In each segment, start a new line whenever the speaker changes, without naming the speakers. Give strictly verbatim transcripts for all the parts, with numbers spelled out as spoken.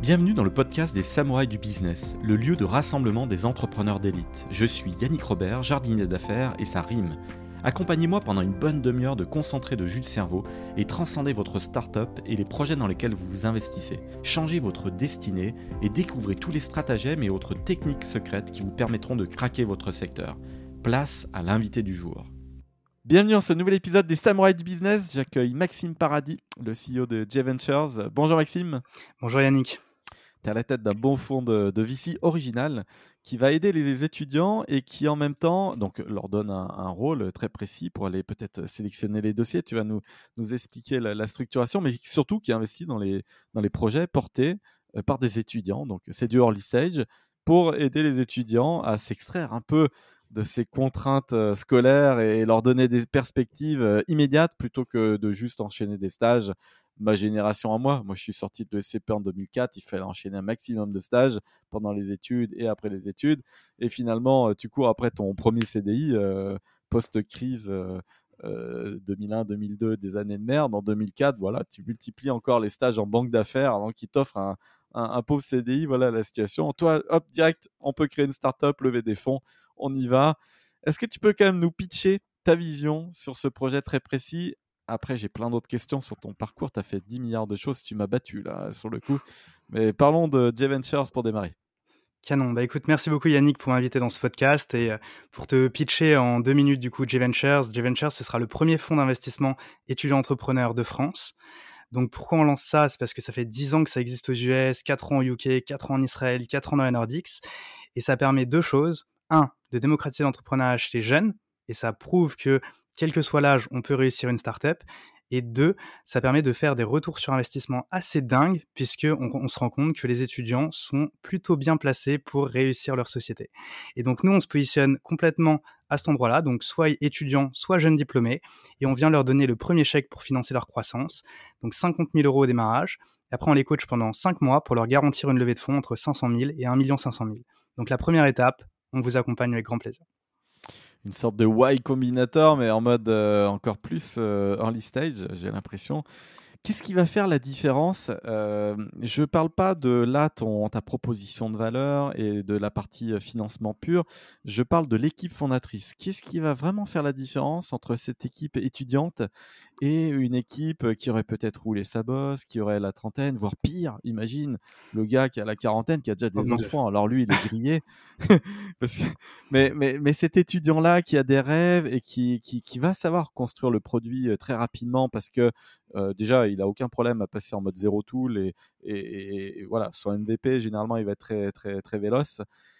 Bienvenue dans le podcast des Samouraïs du Business, le lieu de rassemblement des entrepreneurs d'élite. Je suis Yannick Robert, jardinier d'affaires, et ça rime. Accompagnez-moi pendant une bonne demi-heure de concentré de jus de cerveau et transcendez votre start-up et les projets dans lesquels vous vous investissez. Changez votre destinée et découvrez tous les stratagèmes et autres techniques secrètes qui vous permettront de craquer votre secteur. Place à l'invité du jour. Bienvenue dans ce nouvel épisode des Samouraïs du Business. J'accueille Maxime Paradis, le C E O de J Ventures. Bonjour Maxime.
Bonjour Yannick.
Tu es à la tête d'un bon fonds de, de V C original qui va aider les étudiants et qui en même temps donc, leur donne un, un rôle très précis pour aller peut-être sélectionner les dossiers. Tu vas nous, nous expliquer la, la structuration, mais surtout qui investit dans les, dans les projets portés euh, par des étudiants. Donc c'est du early stage pour aider les étudiants à s'extraire un peu de ces contraintes euh, scolaires et leur donner des perspectives euh, immédiates plutôt que de juste enchaîner des stages. Ma génération à moi, moi je suis sorti de l'E S C P en deux mille quatre, il fallait enchaîner un maximum de stages pendant les études et après les études, et finalement tu cours après ton premier C D I euh, post-crise euh, euh, deux mille un deux mille deux, des années de merde. En deux mille quatre, voilà, tu multiplies encore les stages en banque d'affaires avant qu'ils t'offrent un, un, un pauvre C D I. Voilà la situation. Toi, hop, direct, on peut créer une start-up, lever des fonds, on y va. Est-ce que tu peux quand même nous pitcher ta vision sur ce projet très précis? Après, j'ai plein d'autres questions sur ton parcours. Tu as fait dix milliards de choses. Tu m'as battu là, sur le coup. Mais parlons de J Ventures pour démarrer.
Canon. Bah écoute, merci beaucoup Yannick pour m'inviter dans ce podcast et pour te pitcher en deux minutes du coup J Ventures. J Ventures, ce sera le premier fonds d'investissement étudiant-entrepreneur de France. Donc pourquoi on lance ça? C'est parce que ça fait dix ans que ça existe aux U S, quatre ans au U K, quatre ans en Israël, quatre ans dans les Nordiques. Et ça permet deux choses. Un, de démocratiser l'entrepreneuriat chez les jeunes. Et ça prouve que, quel que soit l'âge, on peut réussir une startup. Et deux, ça permet de faire des retours sur investissement assez dingues, puisqu'on on se rend compte que les étudiants sont plutôt bien placés pour réussir leur société. Et donc nous, on se positionne complètement à cet endroit-là, donc soit étudiants, soit jeunes diplômés, et on vient leur donner le premier chèque pour financer leur croissance, donc cinquante mille euros au démarrage. Et après, on les coach pendant cinq mois pour leur garantir une levée de fonds entre cinq cent mille et un million cinq cent mille. Donc la première étape, on vous accompagne avec grand plaisir.
Une sorte de Y Combinator, mais en mode euh, encore plus euh, early stage, j'ai l'impression. Qu'est-ce qui va faire la différence? euh, Je ne parle pas de là, ton, ta proposition de valeur et de la partie financement pur. Je parle de l'équipe fondatrice. Qu'est-ce qui va vraiment faire la différence entre cette équipe étudiante et une équipe qui aurait peut-être roulé sa bosse, qui aurait la trentaine, voire pire? Imagine le gars qui a la quarantaine, qui a déjà des
Oh,
enfants. Alors lui, il est grillé. Parce que... mais, mais, mais cet étudiant-là qui a des rêves et qui, qui, qui va savoir construire le produit très rapidement parce que Euh, déjà, il n'a aucun problème à passer en mode zéro tool et, et, et voilà, son M V P, généralement, il va être très, très, très véloce.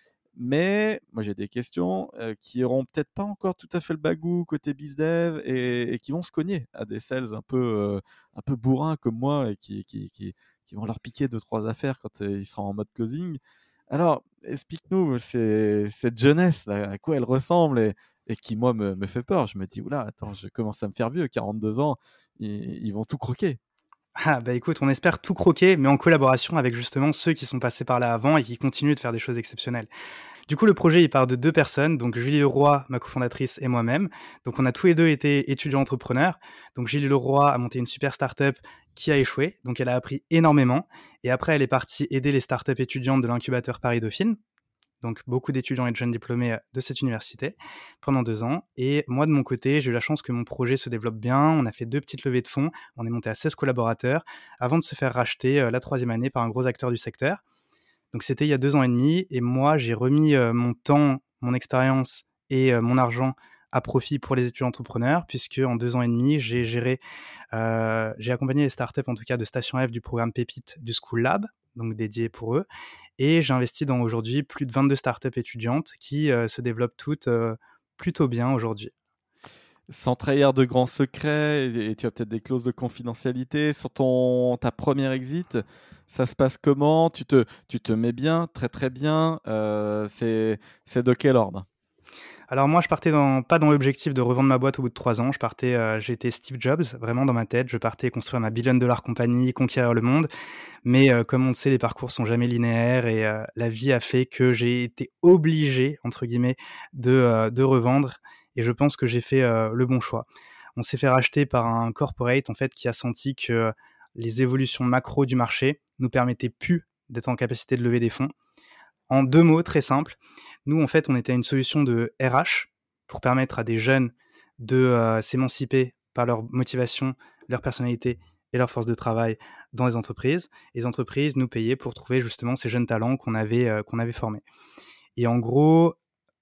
Mais moi, j'ai des questions euh, qui auront peut-être pas encore tout à fait le bagou côté bizdev et, et qui vont se cogner à des sales un peu, euh, un peu bourrins comme moi et qui, qui, qui, qui vont leur piquer deux, trois affaires quand euh, ils seront en mode closing. Alors, explique-nous c'est, cette jeunesse, là, à quoi elle ressemble et, et qui, moi, me, me fait peur. Je me dis, oula, attends, je commence à me faire vieux, quarante-deux ans, ils, ils vont tout croquer.
Ah bah écoute, on espère tout croquer, mais en collaboration avec justement ceux qui sont passés par là avant et qui continuent de faire des choses exceptionnelles. Du coup, le projet, il part de deux personnes, donc Julie Leroy, ma cofondatrice, et moi-même. Donc on a tous les deux été étudiants entrepreneurs. Donc Julie Leroy a monté une super startup qui a échoué, donc elle a appris énormément. Et après, elle est partie aider les startups étudiantes de l'incubateur Paris-Dauphine. Donc beaucoup d'étudiants et de jeunes diplômés de cette université pendant deux ans. Et moi, de mon côté, j'ai eu la chance que mon projet se développe bien. On a fait deux petites levées de fonds. On est monté à seize collaborateurs avant de se faire racheter la troisième année par un gros acteur du secteur. Donc c'était il y a deux ans et demi. Et moi, j'ai remis mon temps, mon expérience et mon argent à profit pour les étudiants entrepreneurs, puisque en deux ans et demi, j'ai géré, euh, j'ai accompagné les startups, en tout cas de Station F, du programme Pépite du School Lab, donc dédié pour eux. Et j'ai investi dans aujourd'hui plus de vingt-deux startups étudiantes qui euh, se développent toutes euh, plutôt bien aujourd'hui.
Sans trahir de grands secrets, et tu as peut-être des clauses de confidentialité sur ton, ta première exit, ça se passe comment? Tu te, tu te mets bien, très très bien, euh, c'est, c'est de quel ordre?
Alors moi, je partais dans, pas dans l'objectif de revendre ma boîte au bout de trois ans. Je partais, euh, j'étais Steve Jobs, vraiment dans ma tête. Je partais construire ma billion dollar compagnie, conquérir le monde. Mais euh, comme on le sait, les parcours sont jamais linéaires et euh, la vie a fait que j'ai été obligé, entre guillemets, de, euh, de revendre. Et je pense que j'ai fait euh, le bon choix. On s'est fait racheter par un corporate en fait qui a senti que les évolutions macro du marché nous permettaient plus d'être en capacité de lever des fonds. En deux mots très simples, nous en fait on était une solution de R H pour permettre à des jeunes de euh, s'émanciper par leur motivation, leur personnalité et leur force de travail dans les entreprises. Et les entreprises nous payaient pour trouver justement ces jeunes talents qu'on avait, euh, qu'on avait formés. Et en gros,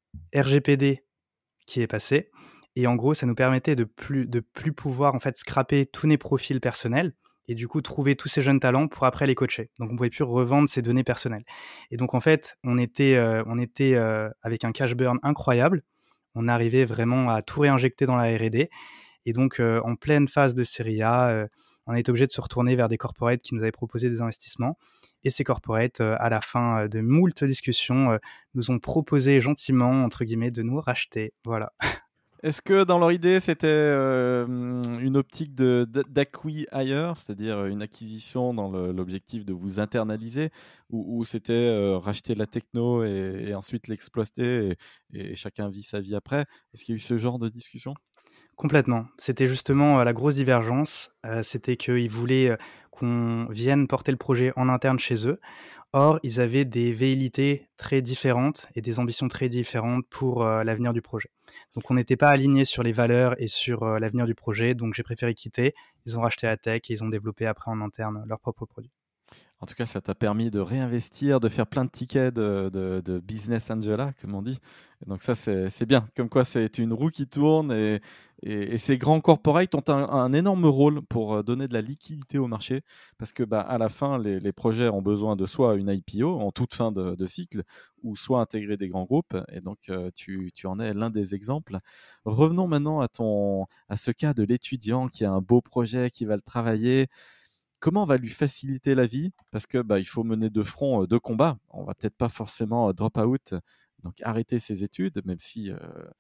R G P D qui est passé, et en gros ça nous permettait de plus, de plus pouvoir en fait scraper tous nos profils personnels et du coup trouver tous ces jeunes talents pour après les coacher. Donc on pouvait plus revendre ces données personnelles. Et donc en fait on était, euh, on était euh, avec un cash burn incroyable. On arrivait vraiment à tout réinjecter dans la R et D. Et donc euh, en pleine phase de série A, euh, on a été obligé de se retourner vers des corporates qui nous avaient proposé des investissements. Et ces corporates, euh, à la fin de moult discussions, euh, nous ont proposé gentiment, entre guillemets, de nous racheter. Voilà.
Est-ce que dans leur idée, c'était euh, une optique de, d'acquis ailleurs, c'est-à-dire une acquisition dans le, l'objectif de vous internaliser, ou, ou c'était euh, racheter la techno et, et ensuite l'exploiter et, et chacun vit sa vie après? Est-ce qu'il y a eu ce genre de discussion?
Complètement. C'était justement euh, la grosse divergence. Euh, c'était qu'ils voulaient euh, qu'on vienne porter le projet en interne chez eux. Or, ils avaient des velléités très différentes et des ambitions très différentes pour euh, l'avenir du projet. Donc, on n'était pas alignés sur les valeurs et sur euh, l'avenir du projet. Donc, j'ai préféré quitter. Ils ont racheté la tech et ils ont développé après en interne leurs propres produits.
En tout cas, ça t'a permis de réinvestir, de faire plein de tickets de, de, de business angela, comme on dit. Et donc ça, c'est, c'est bien. Comme quoi, c'est une roue qui tourne et, et, et ces grands corporates ont un, un énorme rôle pour donner de la liquidité au marché parce que bah, à la fin, les, les projets ont besoin de soit une I P O en toute fin de, de cycle ou soit intégrer des grands groupes. Et donc, euh, tu, tu en es l'un des exemples. Revenons maintenant à, ton, à ce cas de l'étudiant qui a un beau projet, qui va le travailler. Comment on va lui faciliter la vie? Parce que bah, il faut mener de front euh, deux combats. On va peut-être pas forcément euh, drop out, donc arrêter ses études, même si euh,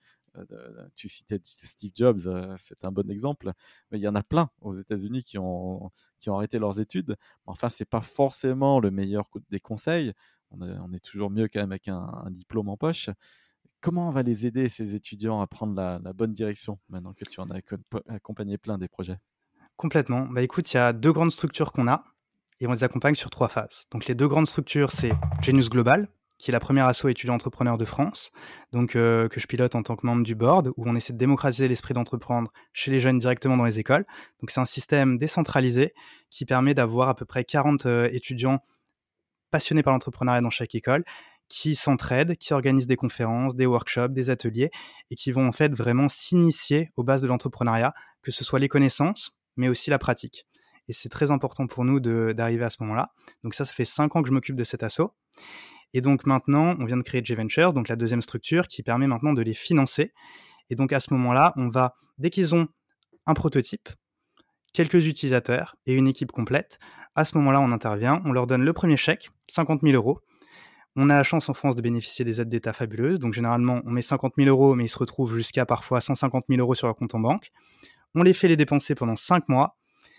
euh, tu citais Steve Jobs, euh, c'est un bon exemple. Mais il y en a plein aux États-Unis qui ont, qui ont arrêté leurs études. Enfin, c'est pas forcément le meilleur des conseils. On est, on est toujours mieux quand même avec un, un diplôme en poche. Comment on va les aider, ces étudiants, à prendre la, la bonne direction, maintenant que tu en as accompagné plein des projets?
Complètement. Bah écoute, il y a deux grandes structures qu'on a et on les accompagne sur trois phases. Donc les deux grandes structures, c'est Genius Global, qui est la première asso étudiant entrepreneur de France, donc euh, que je pilote en tant que membre du board, où on essaie de démocratiser l'esprit d'entreprendre chez les jeunes directement dans les écoles. Donc c'est un système décentralisé qui permet d'avoir à peu près quarante euh, étudiants passionnés par l'entrepreneuriat dans chaque école, qui s'entraident, qui organisent des conférences, des workshops, des ateliers, et qui vont en fait vraiment s'initier aux bases de l'entrepreneuriat, que ce soit les connaissances, mais aussi la pratique. Et c'est très important pour nous de, d'arriver à ce moment-là. Donc ça, ça fait cinq ans que je m'occupe de cet asso. Et donc maintenant, on vient de créer J-Ventures, donc la deuxième structure, qui permet maintenant de les financer. Et donc à ce moment-là, on va, dès qu'ils ont un prototype, quelques utilisateurs et une équipe complète, à ce moment-là, on intervient, on leur donne le premier chèque, cinquante mille euros. On a la chance en France de bénéficier des aides d'État fabuleuses. Donc généralement, on met cinquante mille euros, mais ils se retrouvent jusqu'à parfois cent cinquante mille euros sur leur compte en banque. On les fait les dépenser pendant cinq mois.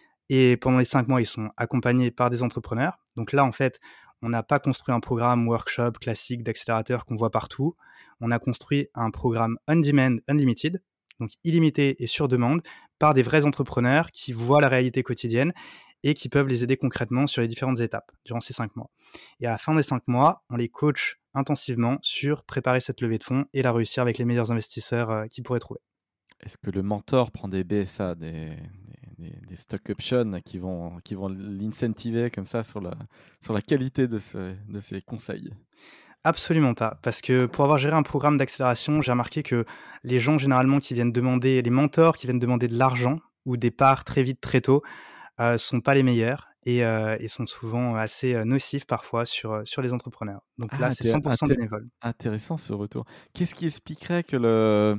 Et pendant les cinq mois, ils sont accompagnés par des entrepreneurs. Donc là, en fait, on n'a pas construit un programme workshop classique d'accélérateur qu'on voit partout. On a construit un programme on-demand unlimited, donc illimité et sur demande, par des vrais entrepreneurs qui voient la réalité quotidienne et qui peuvent les aider concrètement sur les différentes étapes durant ces cinq mois. Et à la fin des cinq mois, on les coach intensivement sur préparer cette levée de fonds et la réussir avec les meilleurs investisseurs euh, qu'ils pourraient trouver.
Est-ce que le mentor prend des B S A, des, des, des stock options qui vont, qui vont l'incentiver comme ça sur la, sur la qualité de, ce, de ces conseils?
Absolument pas, parce que pour avoir géré un programme d'accélération, j'ai remarqué que les gens généralement qui viennent demander, les mentors qui viennent demander de l'argent ou des parts très vite, très tôt, euh, sont pas les meilleurs et, euh, et sont souvent assez euh, nocifs parfois sur, sur les entrepreneurs. Donc là,
Ah,
c'est
inté-
cent pour cent
inté-
bénévole.
intéressant ce retour. Qu'est-ce qui expliquerait que le,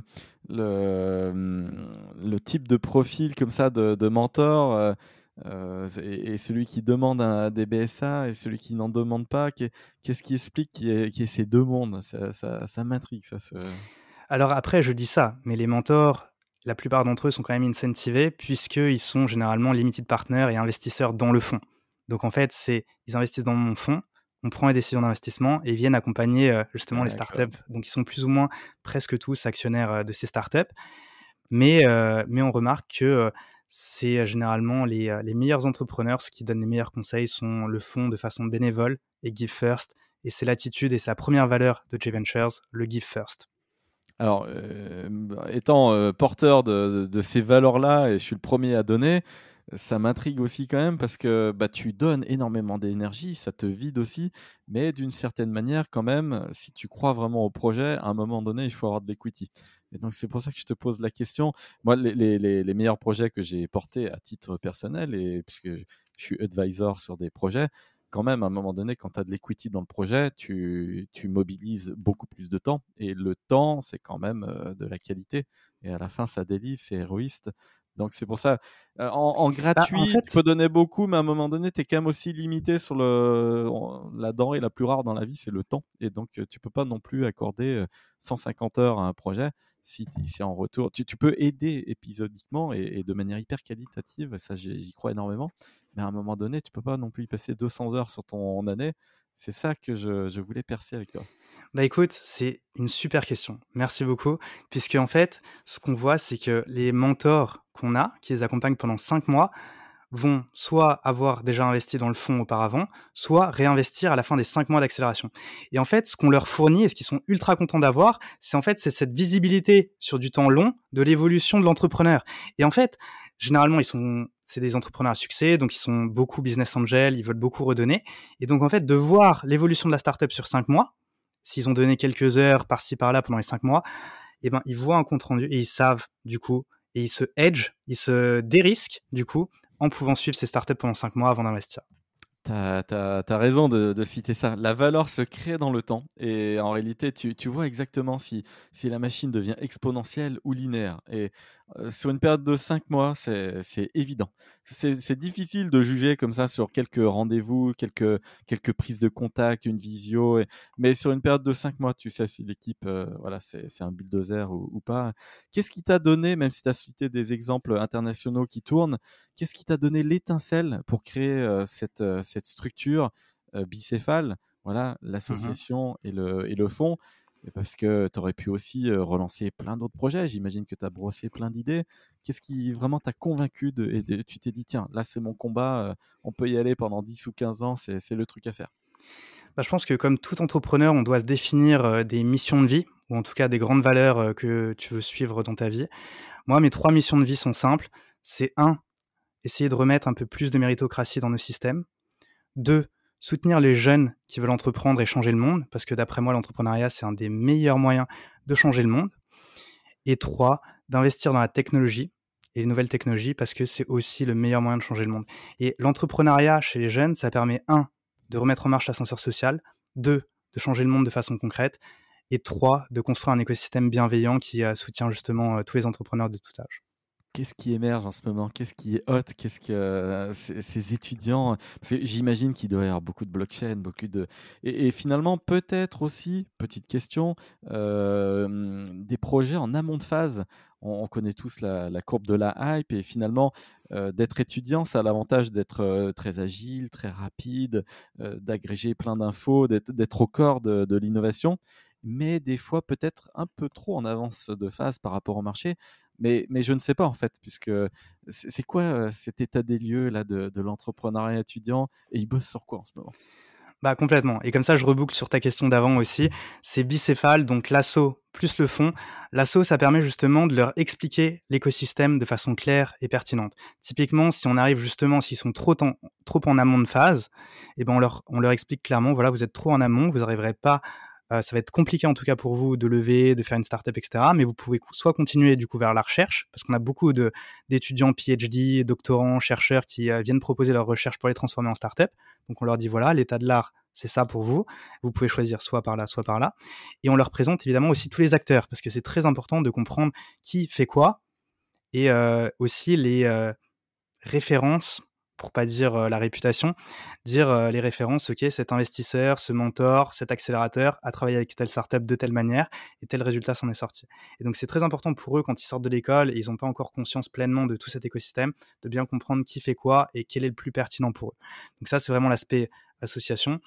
le, le type de profil comme ça de, de mentor euh, euh, et, et celui qui demande un, des B S A et celui qui n'en demande pas, qu'est- qu'est-ce qui explique qu'il y ait, qu'il y ait ces deux mondes? Ça, ça, ça m'intrigue, ça. Ce...
Alors après, je dis ça, mais les mentors, la plupart d'entre eux sont quand même incentivés puisqu'ils sont généralement limited partners et investisseurs dans le fonds. Donc en fait, c'est ils investissent dans mon fonds, on prend les décisions d'investissement et ils viennent accompagner euh, justement les
D'accord.
startups. Donc ils sont plus ou moins presque tous actionnaires euh, de ces startups. Mais, euh, mais on remarque que euh, c'est généralement les, euh, les meilleurs entrepreneurs, ceux qui donnent les meilleurs conseils, sont le font de façon bénévole et give first. Et c'est l'attitude et c'est la première valeur de J-Ventures, le give first.
Alors, euh, étant euh, porteur de, de, de ces valeurs-là, et je suis le premier à donner, ça m'intrigue aussi quand même parce que bah, tu donnes énormément d'énergie, ça te vide aussi, mais d'une certaine manière quand même, si tu crois vraiment au projet, à un moment donné, il faut avoir de l'equity. Et donc c'est pour ça que je te pose la question. Moi, les, les, les, les meilleurs projets que j'ai portés à titre personnel, et puisque je suis advisor sur des projets, quand même, à un moment donné, quand tu as de l'equity dans le projet, tu, tu mobilises beaucoup plus de temps. Et le temps, c'est quand même euh, de la qualité. Et à la fin, ça délivre, c'est héroïste. Donc c'est pour ça, euh, en, en
Bah, en
gratuit, tu
fait,
peux donner beaucoup, mais à un moment donné, tu es quand même aussi limité sur le, la denrée la plus rare dans la vie, c'est le temps. Et donc, tu peux pas non plus accorder euh, cent cinquante heures à un projet si, si en retour, tu, tu peux aider épisodiquement et, et de manière hyper qualitative, ça j'y j'y crois énormément, mais à un moment donné, tu peux pas non plus y passer deux cents heures sur ton année. C'est ça que je, je voulais percer avec toi.
Bah écoute, c'est une super question. Merci beaucoup. Puisque en fait, ce qu'on voit, c'est que les mentors qu'on a, qui les accompagnent pendant cinq mois, vont soit avoir déjà investi dans le fonds auparavant, soit réinvestir à la fin des cinq mois d'accélération. Et en fait, ce qu'on leur fournit et ce qu'ils sont ultra contents d'avoir, c'est en fait c'est cette visibilité sur du temps long de l'évolution de l'entrepreneur. Et en fait, généralement, ils sont c'est des entrepreneurs à succès, donc ils sont beaucoup business angels, ils veulent beaucoup redonner. Et donc en fait, de voir l'évolution de la startup sur cinq mois, s'ils ont donné quelques heures par-ci par-là pendant les cinq mois, eh ben ils voient un compte rendu et ils savent du coup et ils se hedge, ils se dérisquent du coup en pouvant suivre ces startups pendant cinq mois avant d'investir.
T'as, t'as, t'as raison de, de citer ça. La valeur se crée dans le temps. Et en réalité, tu, tu vois exactement si, si la machine devient exponentielle ou linéaire. Et euh, sur une période de cinq mois, c'est, c'est évident. C'est, c'est difficile de juger comme ça sur quelques rendez-vous, quelques, quelques prises de contact, une visio. Et- mais sur une période de cinq mois, tu sais si l'équipe, euh, voilà, c'est, c'est un bulldozer ou, ou pas. Qu'est-ce qui t'a donné, même si tu as cité des exemples internationaux qui tournent, qu'est-ce qui t'a donné l'étincelle pour créer euh, cette, euh, cette structure euh, bicéphale, voilà,
Mhm.
l'association et le, et le fonds? Et parce que tu aurais pu aussi euh, relancer plein d'autres projets. J'imagine que tu as brossé plein d'idées. Qu'est-ce qui vraiment t'a convaincu de, et de- tu t'es dit, tiens, là c'est mon combat, euh, on peut y aller pendant dix ou quinze ans, c'est, c'est le truc à faire.
Bah, je pense que comme tout entrepreneur, on doit se définir euh, des missions de vie, ou en tout cas des grandes valeurs euh, que tu veux suivre dans ta vie. Moi, mes trois missions de vie sont simples. C'est un, essayer de remettre un peu plus de méritocratie dans nos systèmes. Deux, soutenir les jeunes qui veulent entreprendre et changer le monde, parce que d'après moi, l'entrepreneuriat, c'est un des meilleurs moyens de changer le monde. Et trois, d'investir dans la technologie et les nouvelles technologies, parce que c'est aussi le meilleur moyen de changer le monde. Et l'entrepreneuriat chez les jeunes, ça permet, un, de remettre en marche l'ascenseur social, deux, de changer le monde de façon concrète, et trois, de construire un écosystème bienveillant qui euh, soutient justement euh, tous les entrepreneurs de tout âge.
Qu'est-ce qui émerge en ce moment? Qu'est-ce qui est hot? Qu'est-ce que euh, ces, ces étudiants? Parce que j'imagine qu'il doit y avoir beaucoup de blockchain, beaucoup de. Et, et finalement, peut-être aussi, petite question, euh, des projets en amont de phase. On, on connaît tous la, la courbe de la hype, et finalement, euh, d'être étudiant, ça a l'avantage d'être euh, très agile, très rapide, euh, d'agréger plein d'infos, d'être, d'être au corps de, de l'innovation, mais des fois peut-être un peu trop en avance de phase par rapport au marché. Mais, mais je ne sais pas en fait, puisque c'est c'est quoi euh, cet état des lieux là de, de l'entrepreneuriat étudiant et ils bossent sur quoi en ce moment?
Bah complètement. Et comme ça, je reboucle sur ta question d'avant aussi. C'est bicéphale, donc l'asso plus le fond. L'asso, ça permet justement de leur expliquer l'écosystème de façon claire et pertinente. Typiquement, si on arrive justement, s'ils sont trop en, trop en amont de phase, eh ben on leur, on leur explique clairement, voilà, vous êtes trop en amont, vous n'arriverez pas, euh, ça va être compliqué en tout cas pour vous de lever, de faire une startup, et cetera. Mais vous pouvez soit continuer du coup vers la recherche, parce qu'on a beaucoup de, d'étudiants P H D, doctorants, chercheurs qui euh, viennent proposer leurs recherches pour les transformer en startup. Donc on leur dit, voilà, l'état de l'art, c'est ça pour vous. Vous pouvez choisir soit par là, soit par là. Et on leur présente évidemment aussi tous les acteurs, parce que c'est très important de comprendre qui fait quoi, et euh, aussi les euh, références, pour pas dire euh, la réputation, dire euh, les références, ok, cet investisseur, ce mentor, cet accélérateur a travaillé avec telle startup de telle manière, et tel résultat s'en est sorti. Et donc c'est très important pour eux quand ils sortent de l'école et ils n'ont pas encore conscience pleinement de tout cet écosystème, de bien comprendre qui fait quoi et quel est le plus pertinent pour eux. Donc ça, c'est vraiment l'aspect association.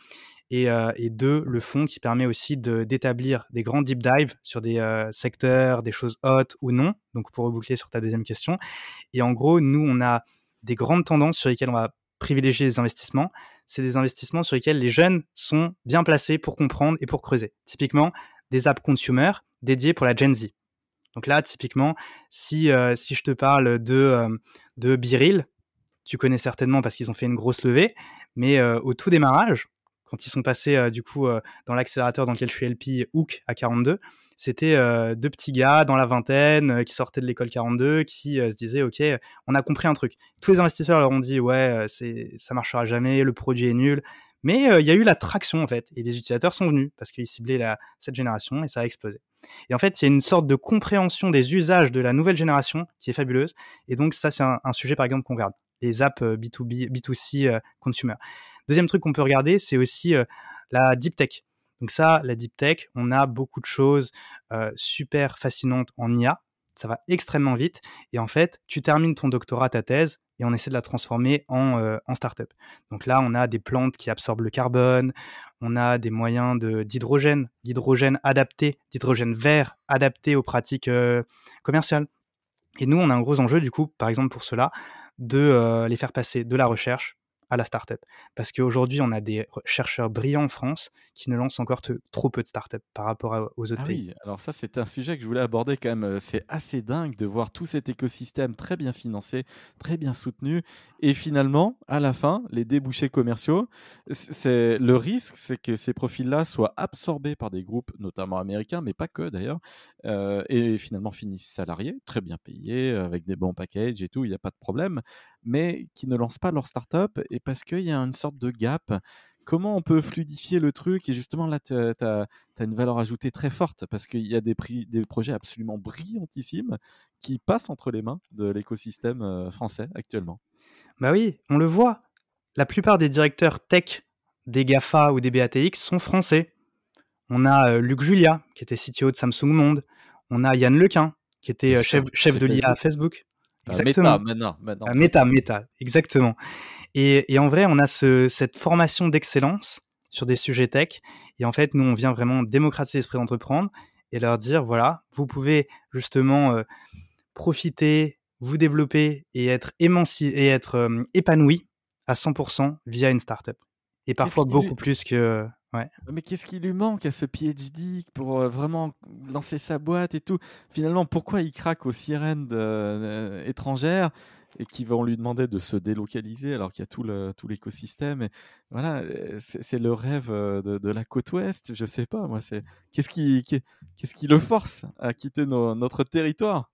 et, euh, et deux, le fonds qui permet aussi de, d'établir des grands deep dives sur des euh, secteurs, des choses hot ou non, donc pour reboucler sur ta deuxième question. Et en gros, nous, on a des grandes tendances sur lesquelles on va privilégier les investissements. C'est des investissements sur lesquels les jeunes sont bien placés pour comprendre et pour creuser. Typiquement, des apps consumer dédiées pour la Gen Z. Donc là, typiquement, si, euh, si je te parle de, euh, de Biril, tu connais certainement parce qu'ils ont fait une grosse levée, mais euh, au tout démarrage, quand ils sont passés euh, du coup euh, dans l'accélérateur dans lequel je suis L P, Hook à quarante-deux, c'était euh, deux petits gars dans la vingtaine euh, qui sortaient de l'école quarante-deux, qui euh, se disaient ok, on a compris un truc. Tous les investisseurs leur ont dit ouais, c'est, ça marchera jamais, le produit est nul. Mais il euh, y a eu la traction en fait, et les utilisateurs sont venus parce qu'ils ciblaient la, cette génération et ça a explosé. Et en fait, il y a une sorte de compréhension des usages de la nouvelle génération qui est fabuleuse. Et donc ça, c'est un, un sujet par exemple qu'on regarde, les apps euh, B deux B, B deux C euh, consumer. Deuxième truc qu'on peut regarder, c'est aussi euh, la deep tech. Donc ça, la deep tech, on a beaucoup de choses euh, super fascinantes en I A. Ça va extrêmement vite. Et en fait, tu termines ton doctorat, ta thèse, et on essaie de la transformer en, euh, en start-up. Donc là, on a des plantes qui absorbent le carbone, on a des moyens de, d'hydrogène, d'hydrogène adapté, d'hydrogène vert adapté aux pratiques euh, commerciales. Et nous, on a un gros enjeu, du coup, par exemple pour cela, de euh, les faire passer de la recherche à la start-up. Parce qu'aujourd'hui, on a des chercheurs brillants en France qui ne lancent encore te, trop peu de start-up par rapport à, aux autres
Ah
pays.
oui, alors ça c'est un sujet que je voulais aborder quand même. C'est assez dingue de voir tout cet écosystème très bien financé, très bien soutenu, et finalement, à la fin, les débouchés commerciaux, c'est le risque, c'est que ces profils-là soient absorbés par des groupes, notamment américains, mais pas que d'ailleurs, euh, et finalement finissent salariés, très bien payés, avec des bons packages et tout, il n'y a pas de problème, mais qui ne lancent pas leur start-up, et parce qu'il y a une sorte de gap. Comment on peut fluidifier le truc? Et justement, là, tu as une valeur ajoutée très forte parce qu'il y a des, prix, des projets absolument brillantissimes qui passent entre les mains de l'écosystème euh, français actuellement.
Bah oui, on le voit. La plupart des directeurs tech des GAFA ou des B A T X sont français. On a euh, Luc Julia, qui était C T O de Samsung Monde. On a Yann Lequin, qui était
Bien
euh, chef,
sûr,
chef
chez
de l'I A à
Facebook.
Facebook.
Enfin, Meta,
Exactement.
maintenant. maintenant
Euh,
pas
Meta, Meta, exactement. Et, et en vrai, on a ce, cette formation d'excellence sur des sujets tech. Et en fait, nous, on vient vraiment démocratiser l'esprit d'entreprendre et leur dire, voilà, vous pouvez justement euh, profiter, vous développer et être, émanci- et être euh, épanoui à cent pour cent via une startup. Et
Qu'est-ce
parfois
qui lui...
beaucoup plus que... Ouais.
Mais qu'est-ce qui lui manque à ce P H D pour euh, vraiment lancer sa boîte et tout? Finalement, pourquoi il craque aux sirènes de, euh, étrangères et qui vont lui demander de se délocaliser alors qu'il y a tout, le, tout l'écosystème et voilà, euh, c'est, c'est le rêve euh, de, de la côte ouest. Je sais pas, moi, c'est qu'est-ce qui, qu'est- qu'est-ce qui le force à quitter nos- notre territoire?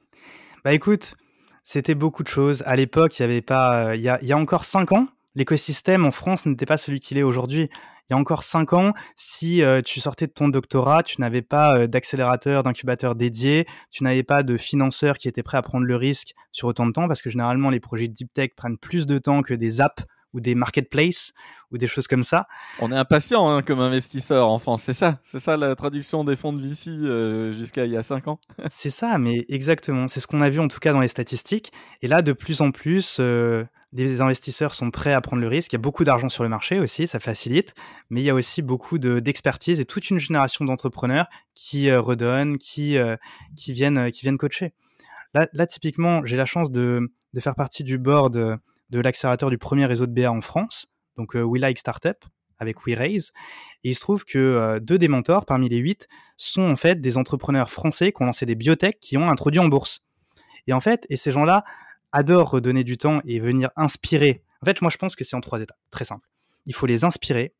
Bah écoute, c'était beaucoup de choses. À l'époque, il y avait pas, euh, il y a, il y a encore cinq ans, l'écosystème en France n'était pas celui qu'il est aujourd'hui. Il y a encore cinq ans, si euh, tu sortais de ton doctorat, tu n'avais pas euh, d'accélérateur, d'incubateur dédié, tu n'avais pas de financeurs qui étaient prêts à prendre le risque sur autant de temps, parce que généralement, les projets de deep tech prennent plus de temps que des apps ou des marketplaces ou des choses comme ça.
On est impatient hein, comme investisseur en France, c'est ça, c'est ça la traduction des fonds de V C euh, jusqu'à il y a cinq ans.
C'est ça, mais exactement. C'est ce qu'on a vu en tout cas dans les statistiques. Et là, de plus en plus, euh, les investisseurs sont prêts à prendre le risque. Il y a beaucoup d'argent sur le marché aussi, ça facilite. Mais il y a aussi beaucoup de, d'expertise et toute une génération d'entrepreneurs qui euh, redonnent, qui, euh, qui, viennent, euh, qui viennent coacher. Là, là typiquement, j'ai la chance de, de faire partie du board euh, de l'accélérateur du premier réseau de B A en France, donc euh, We Like Startup, avec WeRaise. Et il se trouve que euh, deux des mentors, parmi les huit, sont en fait des entrepreneurs français qui ont lancé des biotech qui ont introduit en bourse. Et en fait, et ces gens-là adorent redonner du temps et venir inspirer. En fait, moi, je pense que c'est en trois étapes, très simple. Il faut les inspirer,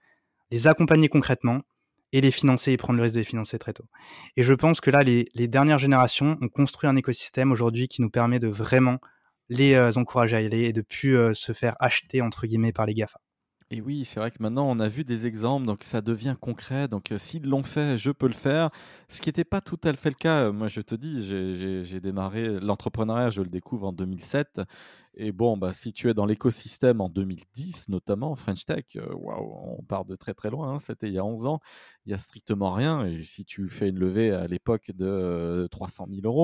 les accompagner concrètement et les financer et prendre le risque de les financer très tôt. Et je pense que là, les, les dernières générations ont construit un écosystème aujourd'hui qui nous permet de vraiment les euh, encourager à y aller et de plus euh, se faire acheter, entre guillemets, par les GAFA.
Et oui, c'est vrai que maintenant on a vu des exemples, donc ça devient concret. Donc euh, s'ils l'ont fait, je peux le faire. Ce qui n'était pas tout à fait le cas. Euh, Moi, je te dis, j'ai, j'ai- j'ai démarré l'entrepreneuriat, je le découvre en deux mille sept. Et bon, bah, si tu es dans l'écosystème en deux mille dix, notamment French Tech, euh, waouh, on part de très très loin. Hein, c'était il y a onze ans. Il y a strictement rien. Et si tu fais une levée à l'époque de euh, trois cent mille euros,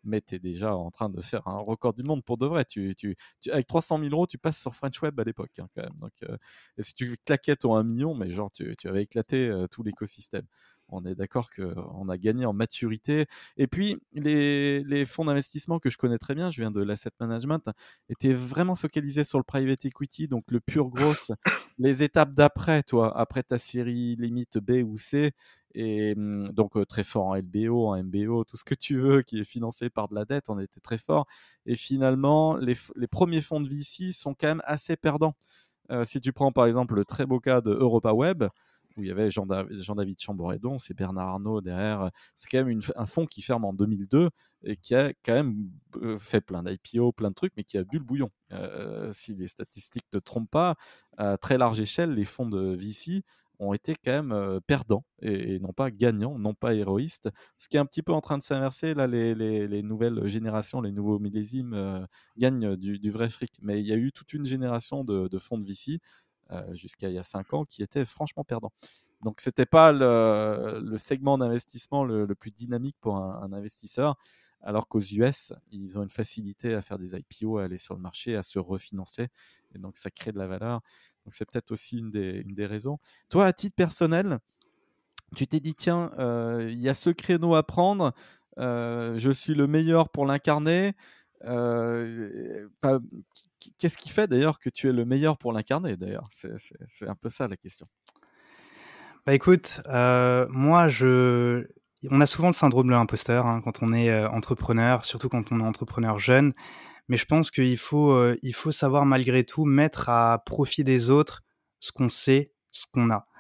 mais tu es déjà en train de faire un record du monde pour de vrai. Tu, tu, tu, avec trois cent mille euros, tu passes sur French Web à l'époque, hein, quand même. Donc, euh, et si tu claquais ton un million, mais genre, tu, tu avais éclaté euh, tout l'écosystème. On est d'accord qu'on a gagné en maturité. Et puis, les, les fonds d'investissement que je connais très bien, je viens de l'asset management, étaient vraiment focalisés sur le private equity, donc le pur gross, les étapes d'après, toi, après ta série limite B ou C, et hum, donc euh, très fort en L B O, en M B O, tout ce que tu veux, qui est financé par de la dette, on était très fort. Et finalement, les, les premiers fonds de V C sont quand même assez perdants. Euh, si tu prends par exemple le très beau cas de Europa Web, où il y avait Jean-David, Jean-David Chamboredon, c'est Bernard Arnault derrière. C'est quand même une, un fonds qui ferme en deux mille deux et qui a quand même fait plein d'I P O, plein de trucs, mais qui a bu le bouillon. Euh, si les statistiques ne trompent pas, à très large échelle, les fonds de V C ont été quand même euh, perdants et, et non pas gagnants, non pas héroïstes. Ce qui est un petit peu en train de s'inverser, là, les, les, les nouvelles générations, les nouveaux millésimes euh, gagnent du, du vrai fric. Mais il y a eu toute une génération de, de fonds de V C euh, jusqu'à il y a cinq ans qui étaient franchement perdants. Donc, ce n'était pas le, le segment d'investissement le, le plus dynamique pour un, un investisseur, alors qu'aux U S, ils ont une facilité à faire des I P O, à aller sur le marché, à se refinancer. Et donc, ça crée de la valeur. Donc, c'est peut-être aussi une des, une des raisons. Toi, à titre personnel, tu t'es dit, tiens, euh, il y a ce créneau à prendre, euh, je suis le meilleur pour l'incarner. Euh, Qu'est-ce qui fait d'ailleurs que tu es le meilleur pour l'incarner d'ailleurs? C'est, c'est, c'est un peu ça la question.
Bah écoute, euh, moi, je... on a souvent le syndrome de l'imposteur hein, quand on est euh, entrepreneur, surtout quand on est entrepreneur jeune. Mais je pense qu'il faut, euh, il faut savoir malgré tout mettre à profit des autres ce qu'on sait, ce qu'on a.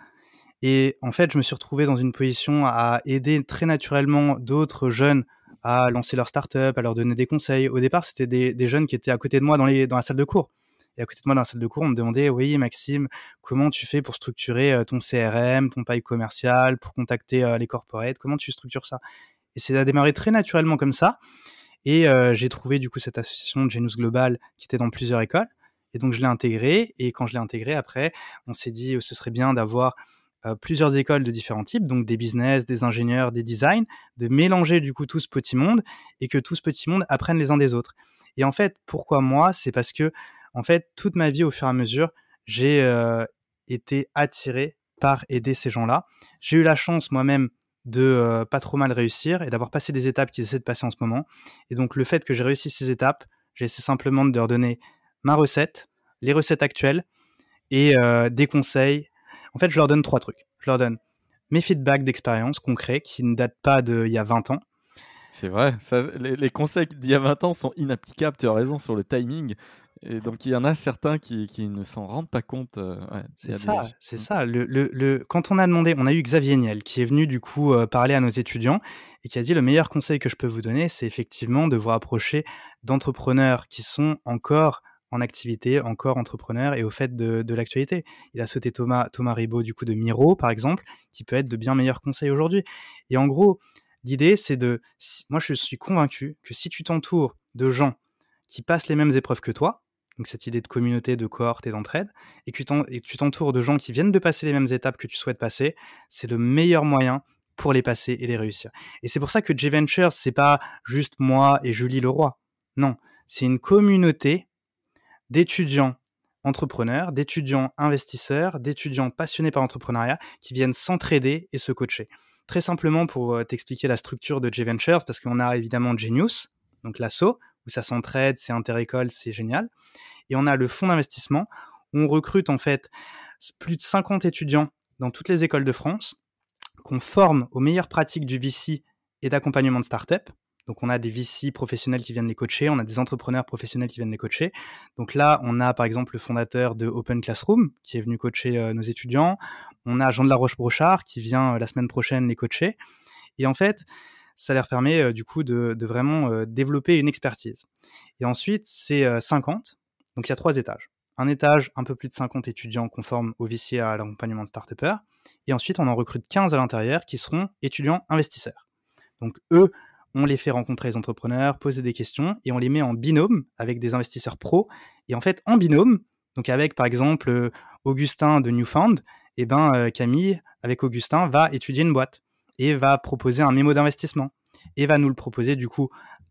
Et en fait, je me suis retrouvé dans une position à aider très naturellement d'autres jeunes à lancer leur start-up, à leur donner des conseils. Au départ, c'était des, des jeunes qui étaient à côté de moi dans, les, dans la salle de cours. Et à côté de moi dans la salle de cours, on me demandait, oui, Maxime, comment tu fais pour structurer ton C R M, ton pipe commercial, pour contacter euh, les corporates, comment tu structures ça? Et c'est à démarrer très naturellement comme ça. Et euh, j'ai trouvé du coup cette association de Genius Global qui était dans plusieurs écoles. Et donc, je l'ai intégrée. Et quand je l'ai intégrée, après, on s'est dit, ce serait bien d'avoir euh, plusieurs écoles de différents types, donc des business, des ingénieurs, des design, de mélanger du coup tout ce petit monde et que tout ce petit monde apprenne les uns des autres. Et en fait, pourquoi moi? C'est parce que, en fait, toute ma vie, au fur et à mesure, j'ai euh, été attiré par aider ces gens-là. J'ai eu la chance moi-même de euh, pas trop mal réussir et d'avoir passé des étapes qu'ils essaient de passer en ce moment. Et donc, le fait que j'ai réussi ces étapes, j'ai essayé simplement de leur donner ma recette, les recettes actuelles et euh, des conseils. En fait, je leur donne trois trucs. Je leur donne mes feedbacks d'expérience concrets qui ne datent pas d'il y a vingt ans.
C'est vrai, ça, les, les conseils d'il y a vingt ans sont inapplicables, tu as raison sur le timing. Et donc, il y en a certains qui, qui ne s'en rendent pas compte. Euh, ouais,
c'est ça,
des...
c'est ça. Le, le, le... Quand on a demandé, on a eu Xavier Niel qui est venu du coup euh, parler à nos étudiants et qui a dit le meilleur conseil que je peux vous donner, c'est effectivement de vous rapprocher d'entrepreneurs qui sont encore en activité, encore entrepreneurs et au fait de, de l'actualité. Il a sauté Thomas, Thomas Ribot du coup de Miro, par exemple, qui peut être de bien meilleurs conseils aujourd'hui. Et en gros, l'idée, c'est de... Si, moi, je suis convaincu que si tu t'entoures de gens qui passent les mêmes épreuves que toi, donc cette idée de communauté, de cohorte et d'entraide, et que tu t'entoures de gens qui viennent de passer les mêmes étapes que tu souhaites passer, c'est le meilleur moyen pour les passer et les réussir. Et c'est pour ça que J-Ventures, c'est pas juste moi et Julie Leroy. Non, c'est une communauté d'étudiants entrepreneurs, d'étudiants investisseurs, d'étudiants passionnés par l'entrepreneuriat qui viennent s'entraider et se coacher. Très simplement pour t'expliquer la structure de J-Ventures, parce qu'on a évidemment Genius, donc l'asso, où ça s'entraide, c'est inter-école, c'est génial. Et on a le fonds d'investissement, où on recrute en fait plus de cinquante étudiants dans toutes les écoles de France, qu'on forme aux meilleures pratiques du V C et d'accompagnement de start-up. Donc, on a des V C professionnels qui viennent les coacher, on a des entrepreneurs professionnels qui viennent les coacher. Donc là, on a par exemple le fondateur de Open Classroom qui est venu coacher euh, nos étudiants. On a Jean de la Roche-Brochard qui vient euh, la semaine prochaine les coacher. Et en fait, ça leur permet euh, du coup de, de vraiment euh, développer une expertise. Et ensuite, c'est euh, cinquante. Donc, il y a trois étages. Un étage, un peu plus de cinquante étudiants conformes au V C à l'accompagnement de start-upers. Et ensuite, on en recrute quinze à l'intérieur qui seront étudiants investisseurs. Donc, eux, on les fait rencontrer les entrepreneurs, poser des questions et on les met en binôme avec des investisseurs pros. Et en fait, en binôme, donc avec par exemple euh, Augustin de Newfound, et ben euh, Camille, avec Augustin, va étudier une boîte et va proposer un mémo d'investissement et va nous le proposer du coup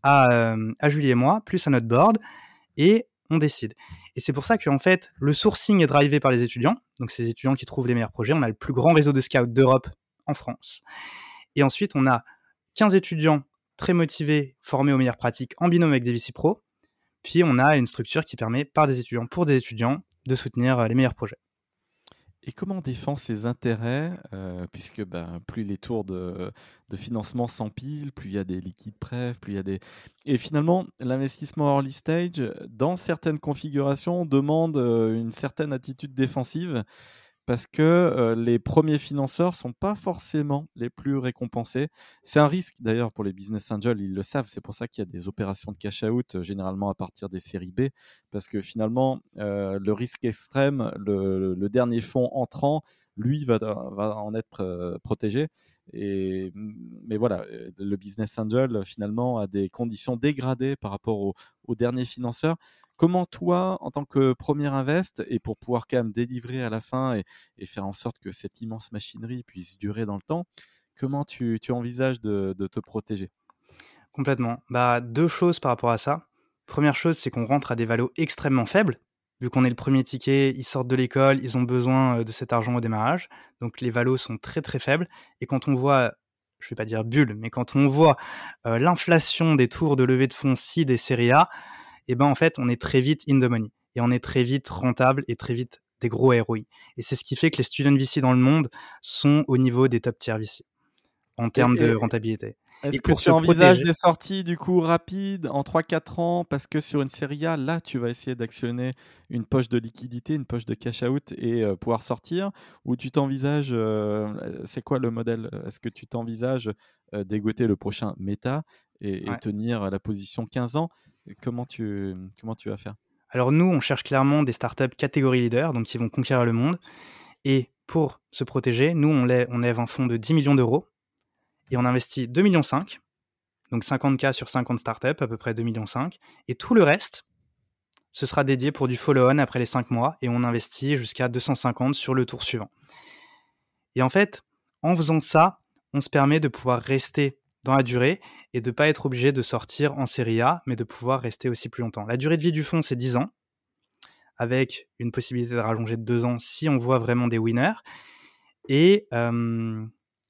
à, euh, à Julie et moi, plus à notre board, et on décide. Et c'est pour ça qu'en fait, le sourcing est drivé par les étudiants, donc c'est les étudiants qui trouvent les meilleurs projets. On a le plus grand réseau de scouts d'Europe en France. Et ensuite, on a quinze étudiants très motivés, formés aux meilleures pratiques en binôme avec des V C Pro. Puis on a une structure qui permet, par des étudiants pour des étudiants, de soutenir les meilleurs projets.
Et comment on défend ses intérêts, euh, puisque ben, plus les tours de, de financement s'empilent, plus il y a des liquides prêts, plus il y a des... Et finalement, l'investissement early stage, dans certaines configurations, demande euh, une certaine attitude défensive, parce que euh, les premiers financeurs sont pas forcément les plus récompensés. C'est un risque d'ailleurs pour les business angels, ils le savent. C'est pour ça qu'il y a des opérations de cash out euh, généralement à partir des séries B, parce que finalement euh, le risque extrême, le, le dernier fonds entrant, lui va, va en être euh, protégé. Et, mais voilà, le business angel finalement a des conditions dégradées par rapport aux au derniers financeurs. Comment toi, en tant que premier invest, et pour pouvoir quand même délivrer à la fin et, et faire en sorte que cette immense machinerie puisse durer dans le temps, comment tu, tu envisages de, de te protéger?
Complètement. Bah, deux choses par rapport à ça. Première chose, c'est qu'on rentre à des valos extrêmement faibles. Vu qu'on est le premier ticket, ils sortent de l'école, ils ont besoin de cet argent au démarrage. Donc les valos sont très très faibles. Et quand on voit, je vais pas dire bulle, mais quand on voit euh, l'inflation des tours de levée de fonds seed et série A, et ben en fait, on est très vite in the money. Et on est très vite rentable et très vite des gros R O I. Et c'est ce qui fait que les student V C dans le monde sont au niveau des top tier V C en termes
Et,
de
et
rentabilité. Et
est-ce que
pour
tu
se
envisages
protéger,
des sorties du coup rapides en trois quatre ans parce que sur une série A, là, tu vas essayer d'actionner une poche de liquidité, une poche de cash out et euh, pouvoir sortir? Ou tu t'envisages, euh, c'est quoi le modèle? Est-ce que tu t'envisages euh, dégoter le prochain méta et, et
ouais.
tenir la position quinze ans? Comment tu, comment tu vas faire?
Alors nous, on cherche clairement des startups catégorie leader, donc qui vont conquérir le monde. Et pour se protéger, nous, on lève, on lève un fonds de dix millions d'euros et on investit deux virgule cinq millions, donc cinquante K sur cinquante startups, à peu près deux virgule cinq millions. Et tout le reste, ce sera dédié pour du follow-on après les cinq mois et on investit jusqu'à deux cent cinquante sur le tour suivant. Et en fait, en faisant ça, on se permet de pouvoir rester dans la durée et de ne pas être obligé de sortir en série A, mais de pouvoir rester aussi plus longtemps. La durée de vie du fonds, c'est dix ans, avec une possibilité de rallonger de deux ans si on voit vraiment des winners. Et, euh,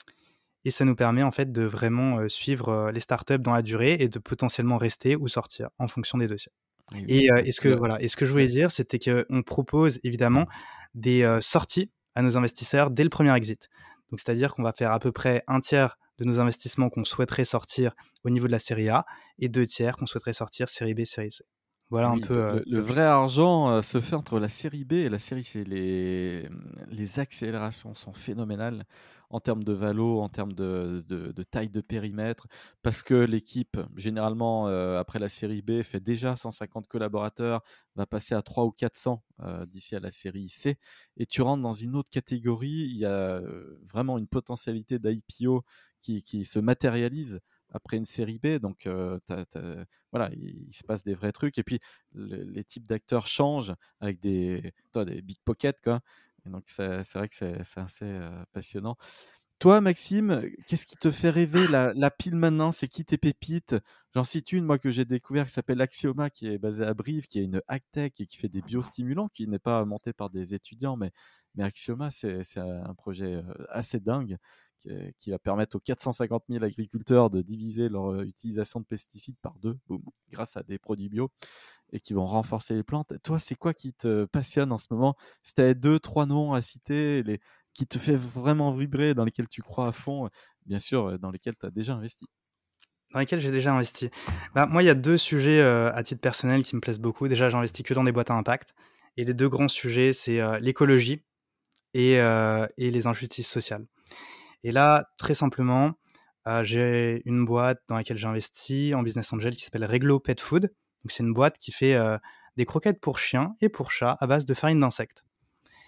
et ça nous permet en fait de vraiment euh, suivre euh, les startups dans la durée et de potentiellement rester ou sortir en fonction des dossiers.
Oui, oui,
Et, euh,
parce
et, ce
que
que,
là,
voilà, et ce que je voulais
ouais.
dire, c'était qu'on propose évidemment des euh, sorties à nos investisseurs dès le premier exit. Donc, c'est-à-dire qu'on va faire à peu près un tiers de nos investissements qu'on souhaiterait sortir au niveau de la série A et deux tiers qu'on souhaiterait sortir série B, série C. Voilà
Et
un
oui,
peu
le,
euh,
le- le vrai
l'objectif.
argent euh, se fait entre la série B et la série C. Les, les accélérations sont phénoménales en termes de valo, en termes de, de- de taille de périmètre, parce que l'équipe, généralement, euh, après la série B, fait déjà cent cinquante collaborateurs, va passer à trois ou quatre cents euh, d'ici à la série C. Et tu rentres dans une autre catégorie, il y a euh, vraiment une potentialité d'I P O qui, qui se matérialise après une série B. Donc, euh, t'as- t'as- voilà, il, il se passe des vrais trucs. Et puis, le- les types d'acteurs changent avec des, toi, des big pockets, quoi. Et donc, c'est c'est vrai que c'est c'est assez euh, passionnant. Toi, Maxime, qu'est-ce qui te fait rêver la, la pile maintenant? C'est qui tes pépites? J'en cite une, moi, que j'ai découvert qui s'appelle Axioma, qui est basée à Brive, qui est une hack-tech et qui fait des biostimulants, qui n'est pas monté par des étudiants, mais, mais Axioma, c'est c'est un projet euh, assez dingue qui, qui va permettre aux quatre cent cinquante mille agriculteurs de diviser leur euh, utilisation de pesticides par deux, boum, grâce à des produits bio et qui vont renforcer les plantes. Toi, c'est quoi qui te passionne en ce moment? Si tu avais deux, trois noms à citer, les, qui te fait vraiment vibrer, dans lesquels tu crois à fond, bien sûr, euh, dans lesquels tu as déjà investi.
Dans lesquels j'ai déjà investi. Bah, moi, il y a deux sujets euh, à titre personnel qui me plaisent beaucoup. Déjà, j'investis que dans des boîtes à impact. Et les deux grands sujets, c'est euh, l'écologie et, euh, et les injustices sociales. Et là, très simplement, euh, j'ai une boîte dans laquelle j'investis en business angel qui s'appelle Reglo Pet Food. Donc, c'est une boîte qui fait euh, des croquettes pour chiens et pour chats à base de farine d'insectes.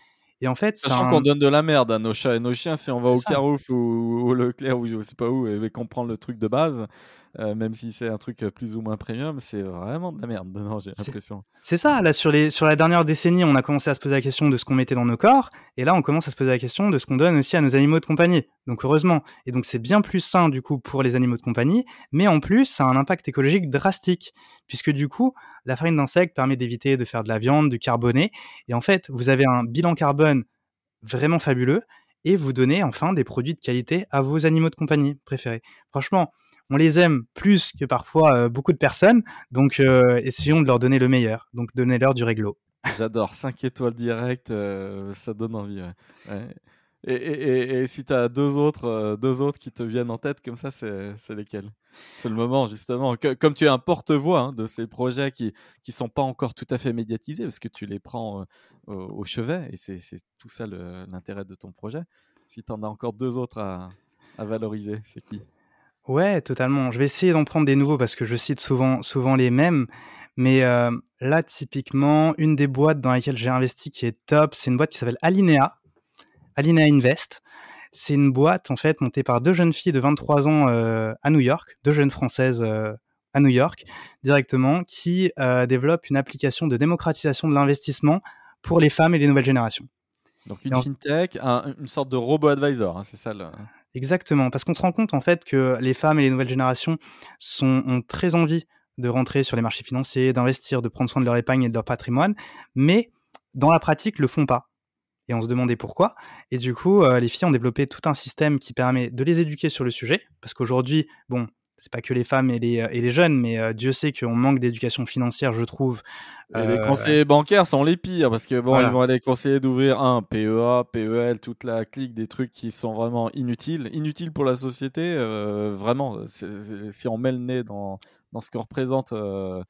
Et en fait, c'est
Sachant
un...
qu'on donne de la merde à nos chats et nos chiens, si on va
c'est
au
ça.
Carouf ou, ou au Leclerc ou je sais pas où et qu'on prend le truc de base, euh, même si c'est un truc plus ou moins premium, c'est vraiment de la merde dedans, j'ai
C'est...
l'impression.
c'est ça, là, sur, les, sur la dernière décennie, on a commencé à se poser la question de ce qu'on mettait dans nos corps, et là, on commence à se poser la question de ce qu'on donne aussi à nos animaux de compagnie. Donc, heureusement. Et donc, c'est bien plus sain, du coup, pour les animaux de compagnie, mais en plus, ça a un impact écologique drastique, puisque, du coup, la farine d'insectes permet d'éviter de faire de la viande, du carboné, et en fait, vous avez un bilan carbone vraiment fabuleux, et vous donnez, enfin, des produits de qualité à vos animaux de compagnie préférés. Franchement, on les aime plus que parfois euh, beaucoup de personnes, donc euh, essayons de leur donner le meilleur. Donc donnez-leur du réglo.
J'adore, cinq étoiles direct, euh, ça donne envie. Ouais. Ouais. Et, et, et, et si tu as deux autres, euh, deux autres qui te viennent en tête comme ça, c'est, c'est lesquels? C'est le moment justement. Que, comme tu es un porte-voix hein, de ces projets qui qui sont pas encore tout à fait médiatisés parce que tu les prends euh, au, au chevet et c'est, c'est tout ça le, l'intérêt de ton projet. Si tu en as encore deux autres à, à valoriser, c'est qui?
Ouais, totalement. Je vais essayer d'en prendre des nouveaux parce que je cite souvent, souvent les mêmes. Mais euh, là, typiquement, une des boîtes dans lesquelles j'ai investi qui est top, c'est une boîte qui s'appelle Alinea, Alinea Invest. C'est une boîte en fait montée par deux jeunes filles de vingt-trois ans euh, à New York, deux jeunes françaises euh, à New York directement, qui euh, développent une application de démocratisation de l'investissement pour les femmes et les nouvelles générations.
Donc une
Et en...
fintech, un, une sorte de robot advisor, hein, c'est ça le...
Exactement, parce qu'on se rend compte en fait que les femmes et les nouvelles générations sont, ont très envie de rentrer sur les marchés financiers, d'investir, de prendre soin de leur épargne et de leur patrimoine, mais dans la pratique, le font pas. Et on se demandait pourquoi. Et du coup, euh, les filles ont développé tout un système qui permet de les éduquer sur le sujet, parce qu'aujourd'hui, bon, c'est pas que les femmes et les, et les jeunes, mais euh, Dieu sait qu'on manque d'éducation financière, je trouve.
Et les
Euh,
conseillers bancaires sont les pires parce que bon, ils
voilà.
vont aller conseiller d'ouvrir un P E A, P E L, toute la clique des trucs qui sont vraiment inutiles, inutiles pour la société. Euh, vraiment, c'est, c'est, si on met le nez dans, dans ce que représente euh,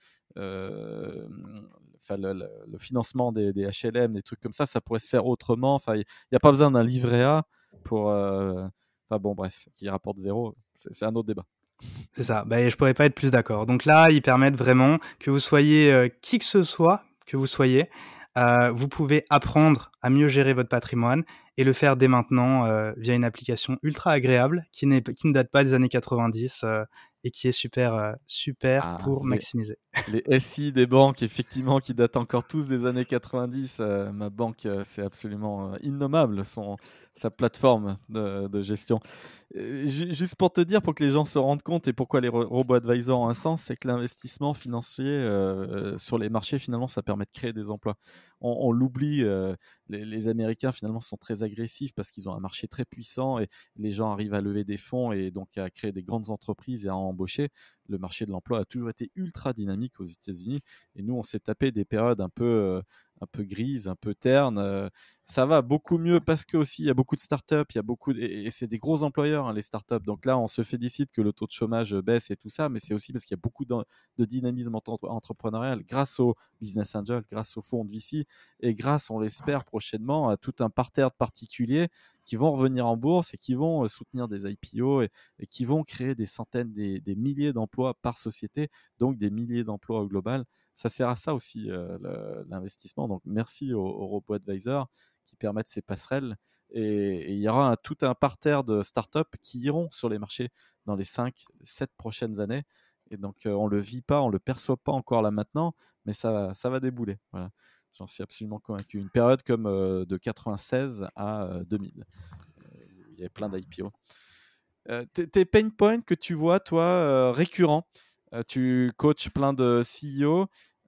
euh, enfin, le, le, le financement des, des H L M, des trucs comme ça, ça pourrait se faire autrement. Enfin, il n'y a pas besoin d'un livret A pour. Euh, enfin bon, bref, qui rapporte zéro. C'est, c'est un autre débat.
C'est ça, bah, je pourrais pas être plus d'accord. Donc là, ils permettent vraiment que vous soyez euh, qui que ce soit, que vous soyez, euh, vous pouvez apprendre à mieux gérer votre patrimoine et le faire dès maintenant euh, via une application ultra agréable qui, n'est, qui ne date pas des années quatre-vingt-dix euh, et qui est super, euh, super
Ah,
pour
les,
maximiser.
les S I des banques, effectivement, qui datent encore tous des années quatre-vingt-dix. Euh, ma banque, euh, c'est absolument euh, innommable, son, sa plateforme de, de gestion. Euh, ju- juste pour te dire, pour que les gens se rendent compte et pourquoi les ro- robots advisors ont un sens, c'est que l'investissement financier euh, sur les marchés, finalement, ça permet de créer des emplois. On, on l'oublie, euh, les, les Américains, finalement, sont très agressifs parce qu'ils ont un marché très puissant et les gens arrivent à lever des fonds et donc à créer des grandes entreprises et à embaucher. Le marché de l'emploi a toujours été ultra dynamique aux États-Unis et nous on s'est tapé des périodes un peu euh, un peu grises, un peu ternes. Euh, ça va beaucoup mieux parce que aussi il y a beaucoup de startups, il y a beaucoup de, et, et c'est des gros employeurs hein, les startups. Donc là on se félicite que le taux de chômage baisse et tout ça, mais c'est aussi parce qu'il y a beaucoup de, de dynamisme entre, entrepreneurial grâce aux business angels, grâce aux fonds de V C et grâce, on l'espère prochainement, à tout un parterre de particuliers qui vont revenir en bourse et qui vont soutenir des I P O et, et qui vont créer des centaines, des, des milliers d'emplois par société, donc des milliers d'emplois au global. Ça sert à ça aussi, euh, le, l'investissement. Donc, merci aux, aux robots advisors qui permettent ces passerelles. Et, et il y aura un, tout un parterre de startups qui iront sur les marchés dans les cinq sept prochaines années. Et donc, euh, on ne le vit pas, on ne le perçoit pas encore là maintenant, mais ça, ça va débouler. Voilà. J'en suis absolument convaincu. Une période comme euh, de quatre-vingt-seize à euh, deux mille. Euh, il y avait plein d'I P O. Euh, tes, tes pain points que tu vois, toi, euh, récurrents, euh, tu coaches plein de C E O.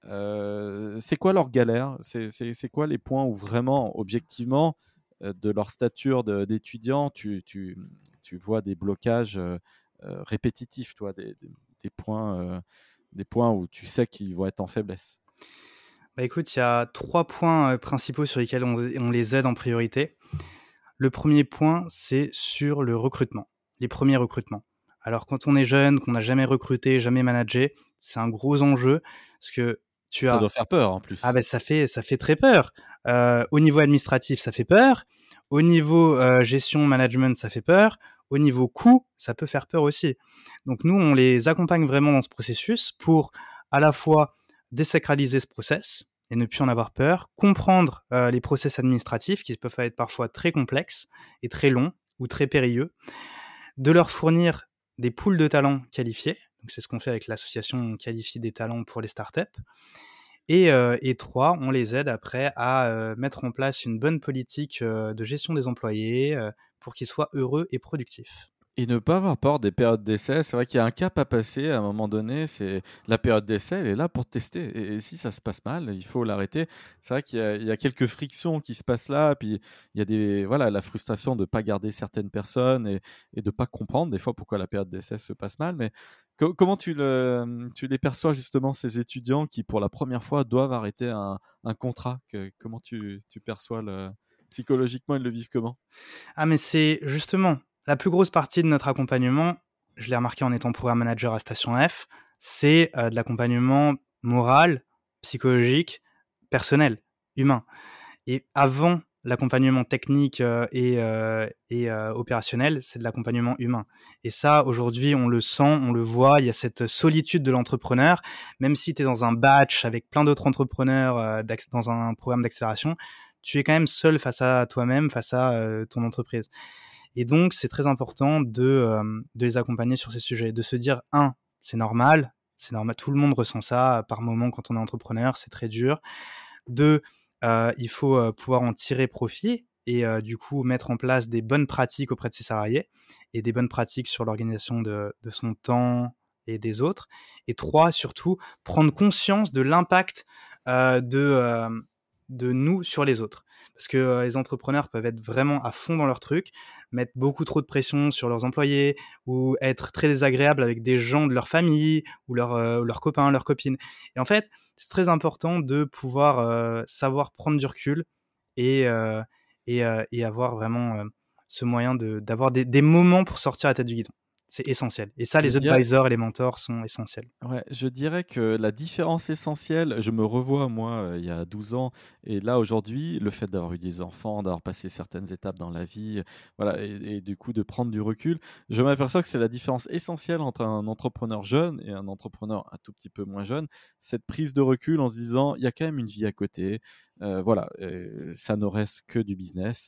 Euh, c'est quoi leur galère? c'est, c'est, c'est quoi les points où vraiment, objectivement, euh, de leur stature de, d'étudiant, tu, tu, tu vois des blocages euh, euh, répétitifs, toi, des, des, des points, euh, des points où tu sais qu'ils vont être en faiblesse?
Bah écoute, il y a trois points euh, principaux sur lesquels on, on les aide en priorité. Le premier point, c'est sur le recrutement, les premiers recrutements. Alors quand on est jeune, qu'on n'a jamais recruté, jamais managé, c'est un gros enjeu parce que tu
Ça
as
doit faire peur en
ah
plus.
ben ça fait ça fait très peur. Euh, au niveau administratif, ça fait peur. Au niveau euh, gestion management, ça fait peur. Au niveau coût, ça peut faire peur aussi. Donc nous, on les accompagne vraiment dans ce processus pour à la fois désacraliser ce process, et ne plus en avoir peur, comprendre euh, les process administratifs qui peuvent être parfois très complexes et très longs ou très périlleux, de leur fournir des pools de talents qualifiés, donc c'est ce qu'on fait avec l'association, on qualifie des talents pour les startups, et, euh, et trois, on les aide après à euh, mettre en place une bonne politique euh, de gestion des employés euh, pour qu'ils soient heureux et productifs.
Et ne pas avoir peur des périodes d'essai. C'est vrai qu'il y a un cap à passer à un moment donné. C'est la période d'essai, elle est là pour tester. Et, et si ça se passe mal, il faut l'arrêter. C'est vrai qu'il y a, il y a quelques frictions qui se passent là. Puis il y a des, voilà, la frustration de ne pas garder certaines personnes et, et de ne pas comprendre des fois pourquoi la période d'essai se passe mal. Mais co- comment tu, le, tu les perçois justement, ces étudiants qui pour la première fois doivent arrêter un, un contrat? Que, comment tu, tu perçois le, psychologiquement, ils le vivent comment?
Ah, mais c'est justement la plus grosse partie de notre accompagnement, je l'ai remarqué en étant programme manager à Station F, c'est euh, de l'accompagnement moral, psychologique, personnel, humain. Et avant l'accompagnement technique euh, et, euh, et euh, opérationnel, c'est de l'accompagnement humain. Et ça, aujourd'hui, on le sent, on le voit, il y a cette solitude de l'entrepreneur. Même si tu es dans un batch avec plein d'autres entrepreneurs euh, dans un programme d'accélération, tu es quand même seul face à toi-même, face à euh, ton entreprise. Et donc, c'est très important de, euh, de les accompagner sur ces sujets, de se dire, un, c'est normal, c'est normal, tout le monde ressent ça par moment quand on est entrepreneur, c'est très dur. Deux, euh, il faut euh, pouvoir en tirer profit et euh, du coup mettre en place des bonnes pratiques auprès de ses salariés et des bonnes pratiques sur l'organisation de, de son temps et des autres. Et trois, surtout, prendre conscience de l'impact euh, de, euh, de nous sur les autres. Parce que euh, les entrepreneurs peuvent être vraiment à fond dans leur truc, mettre beaucoup trop de pression sur leurs employés ou être très désagréables avec des gens de leur famille ou leurs euh, leurs copains, leurs copines. Et en fait, c'est très important de pouvoir euh, savoir prendre du recul et, euh, et, euh, et avoir vraiment euh, ce moyen de, d'avoir des, des moments pour sortir la tête du guidon. C'est essentiel. Et ça,
Je
les
dirais,
advisors et les mentors sont essentiels.
Ouais, je dirais que la différence essentielle, je me revois moi euh, il y a douze ans et là aujourd'hui, le fait d'avoir eu des enfants, d'avoir passé certaines étapes dans la vie, euh, voilà, et, et du coup de prendre du recul, je m'aperçois que c'est la différence essentielle entre un entrepreneur jeune et un entrepreneur un tout petit peu moins jeune, cette prise de recul en se disant il y a quand même une vie à côté, euh, voilà, euh, ça ne reste que du business,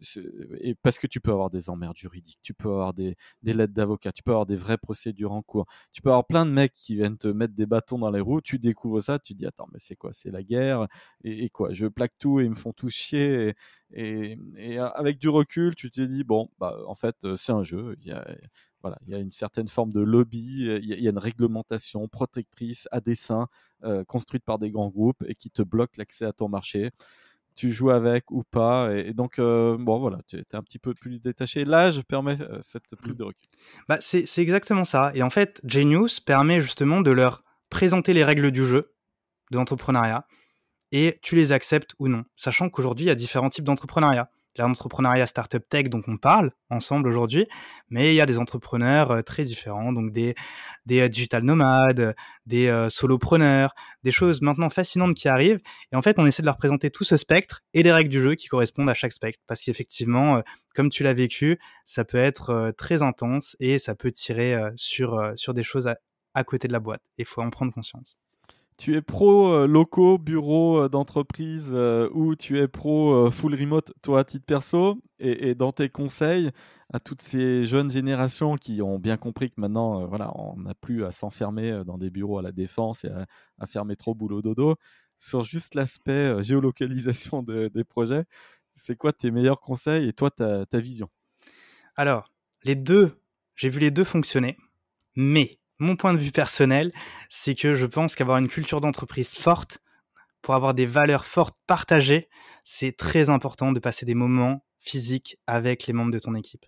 et parce que tu peux avoir des emmerdes juridiques, tu peux avoir des, des lettres d'avocat, tu peux avoir des vraies procédures en cours. Tu peux avoir plein de mecs qui viennent te mettre des bâtons dans les roues, tu découvres ça, tu te dis attends mais c'est quoi, c'est la guerre et, et quoi, je plaque tout et ils me font tous chier et, et, et avec du recul tu te dis bon bah en fait c'est un jeu, il y a voilà, il y a une certaine forme de lobby, il y a, il y a une réglementation protectrice à dessein euh, construite par des grands groupes et qui te bloque l'accès à ton marché. Tu joues avec ou pas et, et donc euh, bon voilà, tu es un petit peu plus détaché. L'âge permet euh, cette prise de recul.
Bah, c'est, c'est exactement ça. Et en fait, Genius permet justement de leur présenter les règles du jeu, de l'entrepreneuriat, et tu les acceptes ou non. Sachant qu'aujourd'hui, il y a différents types d'entrepreneuriat. Il y a l'entrepreneuriat startup tech dont on parle ensemble aujourd'hui, mais il y a des entrepreneurs euh, très différents, donc des, des euh, digital nomades, des euh, solopreneurs, des choses maintenant fascinantes qui arrivent. Et en fait, on essaie de leur présenter tout ce spectre et les règles du jeu qui correspondent à chaque spectre. Parce qu'effectivement, euh, comme tu l'as vécu, ça peut être euh, très intense et ça peut tirer euh, sur, euh, sur des choses à, à côté de la boîte. Il faut en prendre conscience.
Tu es pro euh, locaux, bureaux euh, d'entreprise euh, ou tu es pro euh, full remote, toi à titre perso, et, et dans tes conseils à toutes ces jeunes générations qui ont bien compris que maintenant, euh, voilà, on n'a plus à s'enfermer euh, dans des bureaux à la défense et à, à faire métro boulot dodo, sur juste l'aspect euh, géolocalisation de- des projets, c'est quoi tes meilleurs conseils et toi ta, ta vision?
Alors, les deux, j'ai vu les deux fonctionner, mais mon point de vue personnel, c'est que je pense qu'avoir une culture d'entreprise forte, pour avoir des valeurs fortes partagées, c'est très important de passer des moments physiques avec les membres de ton équipe.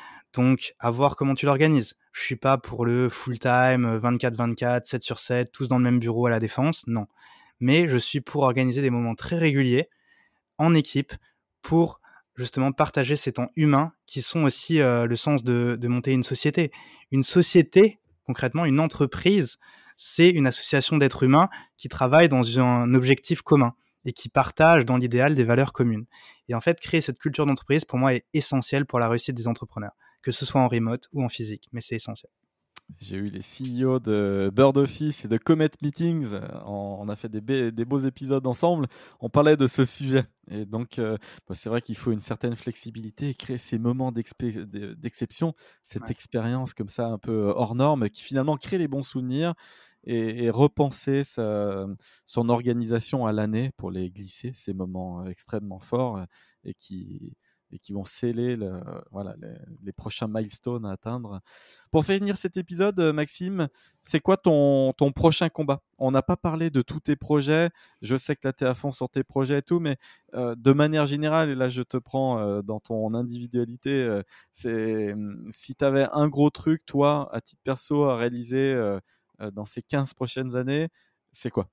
Donc, à voir comment tu l'organises. Je suis pas pour le full-time, vingt-quatre vingt-quatre, sept sur sept, tous dans le même bureau à la Défense, non. Mais je suis pour organiser des moments très réguliers en équipe pour justement partager ces temps humains qui sont aussi euh, le sens de, de monter une société. Une société, concrètement, une entreprise, c'est une association d'êtres humains qui travaillent dans un objectif commun et qui partagent dans l'idéal des valeurs communes. Et en fait, créer cette culture d'entreprise, pour moi, est essentiel pour la réussite des entrepreneurs, que ce soit en remote ou en physique, mais c'est essentiel.
J'ai eu les C E O de Bird Office et de Comet Meetings. On, on a fait des, be- des beaux épisodes ensemble. On parlait de ce sujet. Et donc, euh, bah, c'est vrai qu'il faut une certaine flexibilité et créer ces moments d'expé- d'e- d'exception, cette
Ouais.
expérience comme ça un peu hors norme qui finalement crée les bons souvenirs et, et repenser sa- son organisation à l'année pour les glisser, ces moments euh, extrêmement forts euh, et qui, et qui vont sceller le- voilà, les, les prochains milestones à atteindre. Pour finir cet épisode, euh, Maxime, c'est quoi ton, ton prochain combat? On n'a pas parlé de tous tes projets. Je sais que là, tu es à fond sur tes projets et tout, mais euh, de manière générale, et là, je te prends euh, dans ton individualité, euh, c'est hum, si tu avais un gros truc, toi, à titre perso, à réaliser euh, euh, dans ces quinze prochaines années, c'est quoi?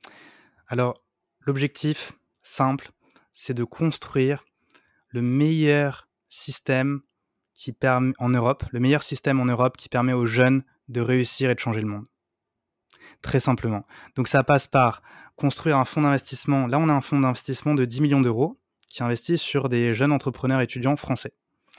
Alors, l'objectif simple, c'est de construire le meilleur système qui permet en Europe, le meilleur système en Europe qui permet aux jeunes de réussir et de changer le monde. Très simplement. Donc ça passe par construire un fonds d'investissement. Là, on a un fonds d'investissement de dix millions d'euros qui investit sur des jeunes entrepreneurs étudiants français.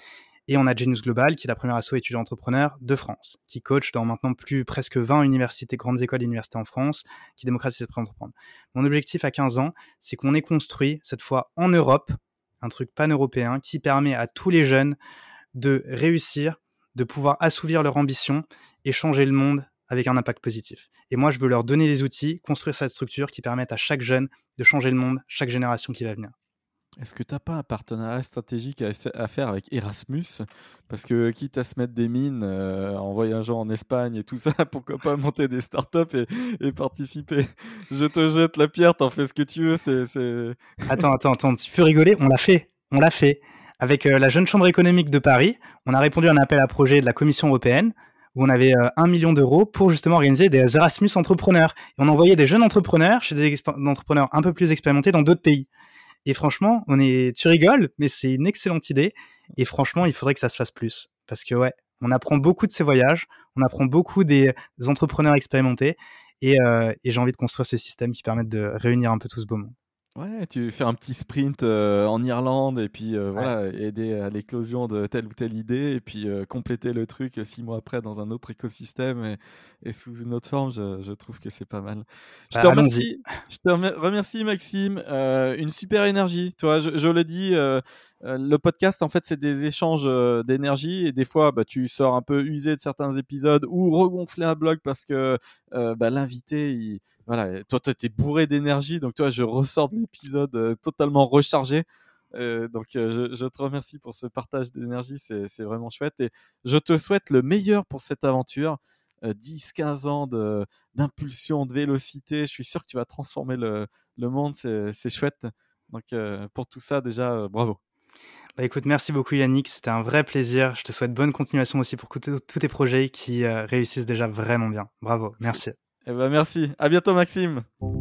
Et on a Genius Global, qui est la première asso étudiant entrepreneur de France, qui coach dans maintenant plus presque vingt universités, grandes écoles et universités en France, qui démocratise l'esprit d'entreprendre. Mon objectif à quinze ans, c'est qu'on ait construit, cette fois en Europe, un truc pan-européen qui permet à tous les jeunes de réussir, de pouvoir assouvir leur ambition et changer le monde avec un impact positif. Et moi, je veux leur donner les outils, construire cette structure qui permette à chaque jeune de changer le monde, chaque génération qui va venir.
Est-ce que tu n'as pas un partenariat stratégique à, fa- à faire avec Erasmus? Parce que quitte à se mettre des mines euh, en voyageant en Espagne et tout ça, pourquoi pas monter des startups et, et participer? Je te jette la pierre, t'en fais ce que tu veux. C'est, c'est...
Attends, attends, attends, tu peux rigoler, on l'a fait, on l'a fait. Avec euh, la Jeune Chambre économique de Paris, on a répondu à un appel à projet de la Commission européenne où on avait euh, un million d'euros pour justement organiser des Erasmus entrepreneurs. Et on envoyait des jeunes entrepreneurs chez des exp- entrepreneurs un peu plus expérimentés dans d'autres pays. Et franchement, on est, tu rigoles, mais c'est une excellente idée. Et franchement, il faudrait que ça se fasse plus. Parce que ouais, on apprend beaucoup de ces voyages, on apprend beaucoup des, des entrepreneurs expérimentés. Et, euh, et j'ai envie de construire ce système qui permette de réunir un peu tout ce beau monde.
Ouais, tu fais un petit sprint euh, en Irlande et puis euh,
Ouais.
voilà, aider à l'éclosion de telle ou telle idée et puis euh, compléter le truc euh, six mois après dans un autre écosystème et, et sous une autre forme, je, je trouve que c'est pas mal. Je te
Bah, allons-y.
remercie, je te remer- remercie Maxime, euh, une super énergie. Toi, je, je le dis, euh, euh, le podcast en fait c'est des échanges euh, d'énergie et des fois bah, tu sors un peu usé de certains épisodes ou regonflé un blog parce que euh, bah, l'invité il voilà, toi, toi, t'es bourré d'énergie, donc toi, je ressors de l'épisode euh, totalement rechargé. Euh, donc, euh, je, je te remercie pour ce partage d'énergie, c'est, c'est vraiment chouette. Et je te souhaite le meilleur pour cette aventure. Euh, dix quinze ans de, d'impulsion, de vélocité. Je suis sûr que tu vas transformer le, le monde, c'est, c'est chouette. Donc, euh, pour tout ça, déjà, euh, bravo.
Bah, écoute, merci beaucoup Yannick, c'était un vrai plaisir. Je te souhaite bonne continuation aussi pour tous tous tes projets qui euh, réussissent déjà vraiment bien. Bravo, merci.
Eh ben, merci. À bientôt, Maxime.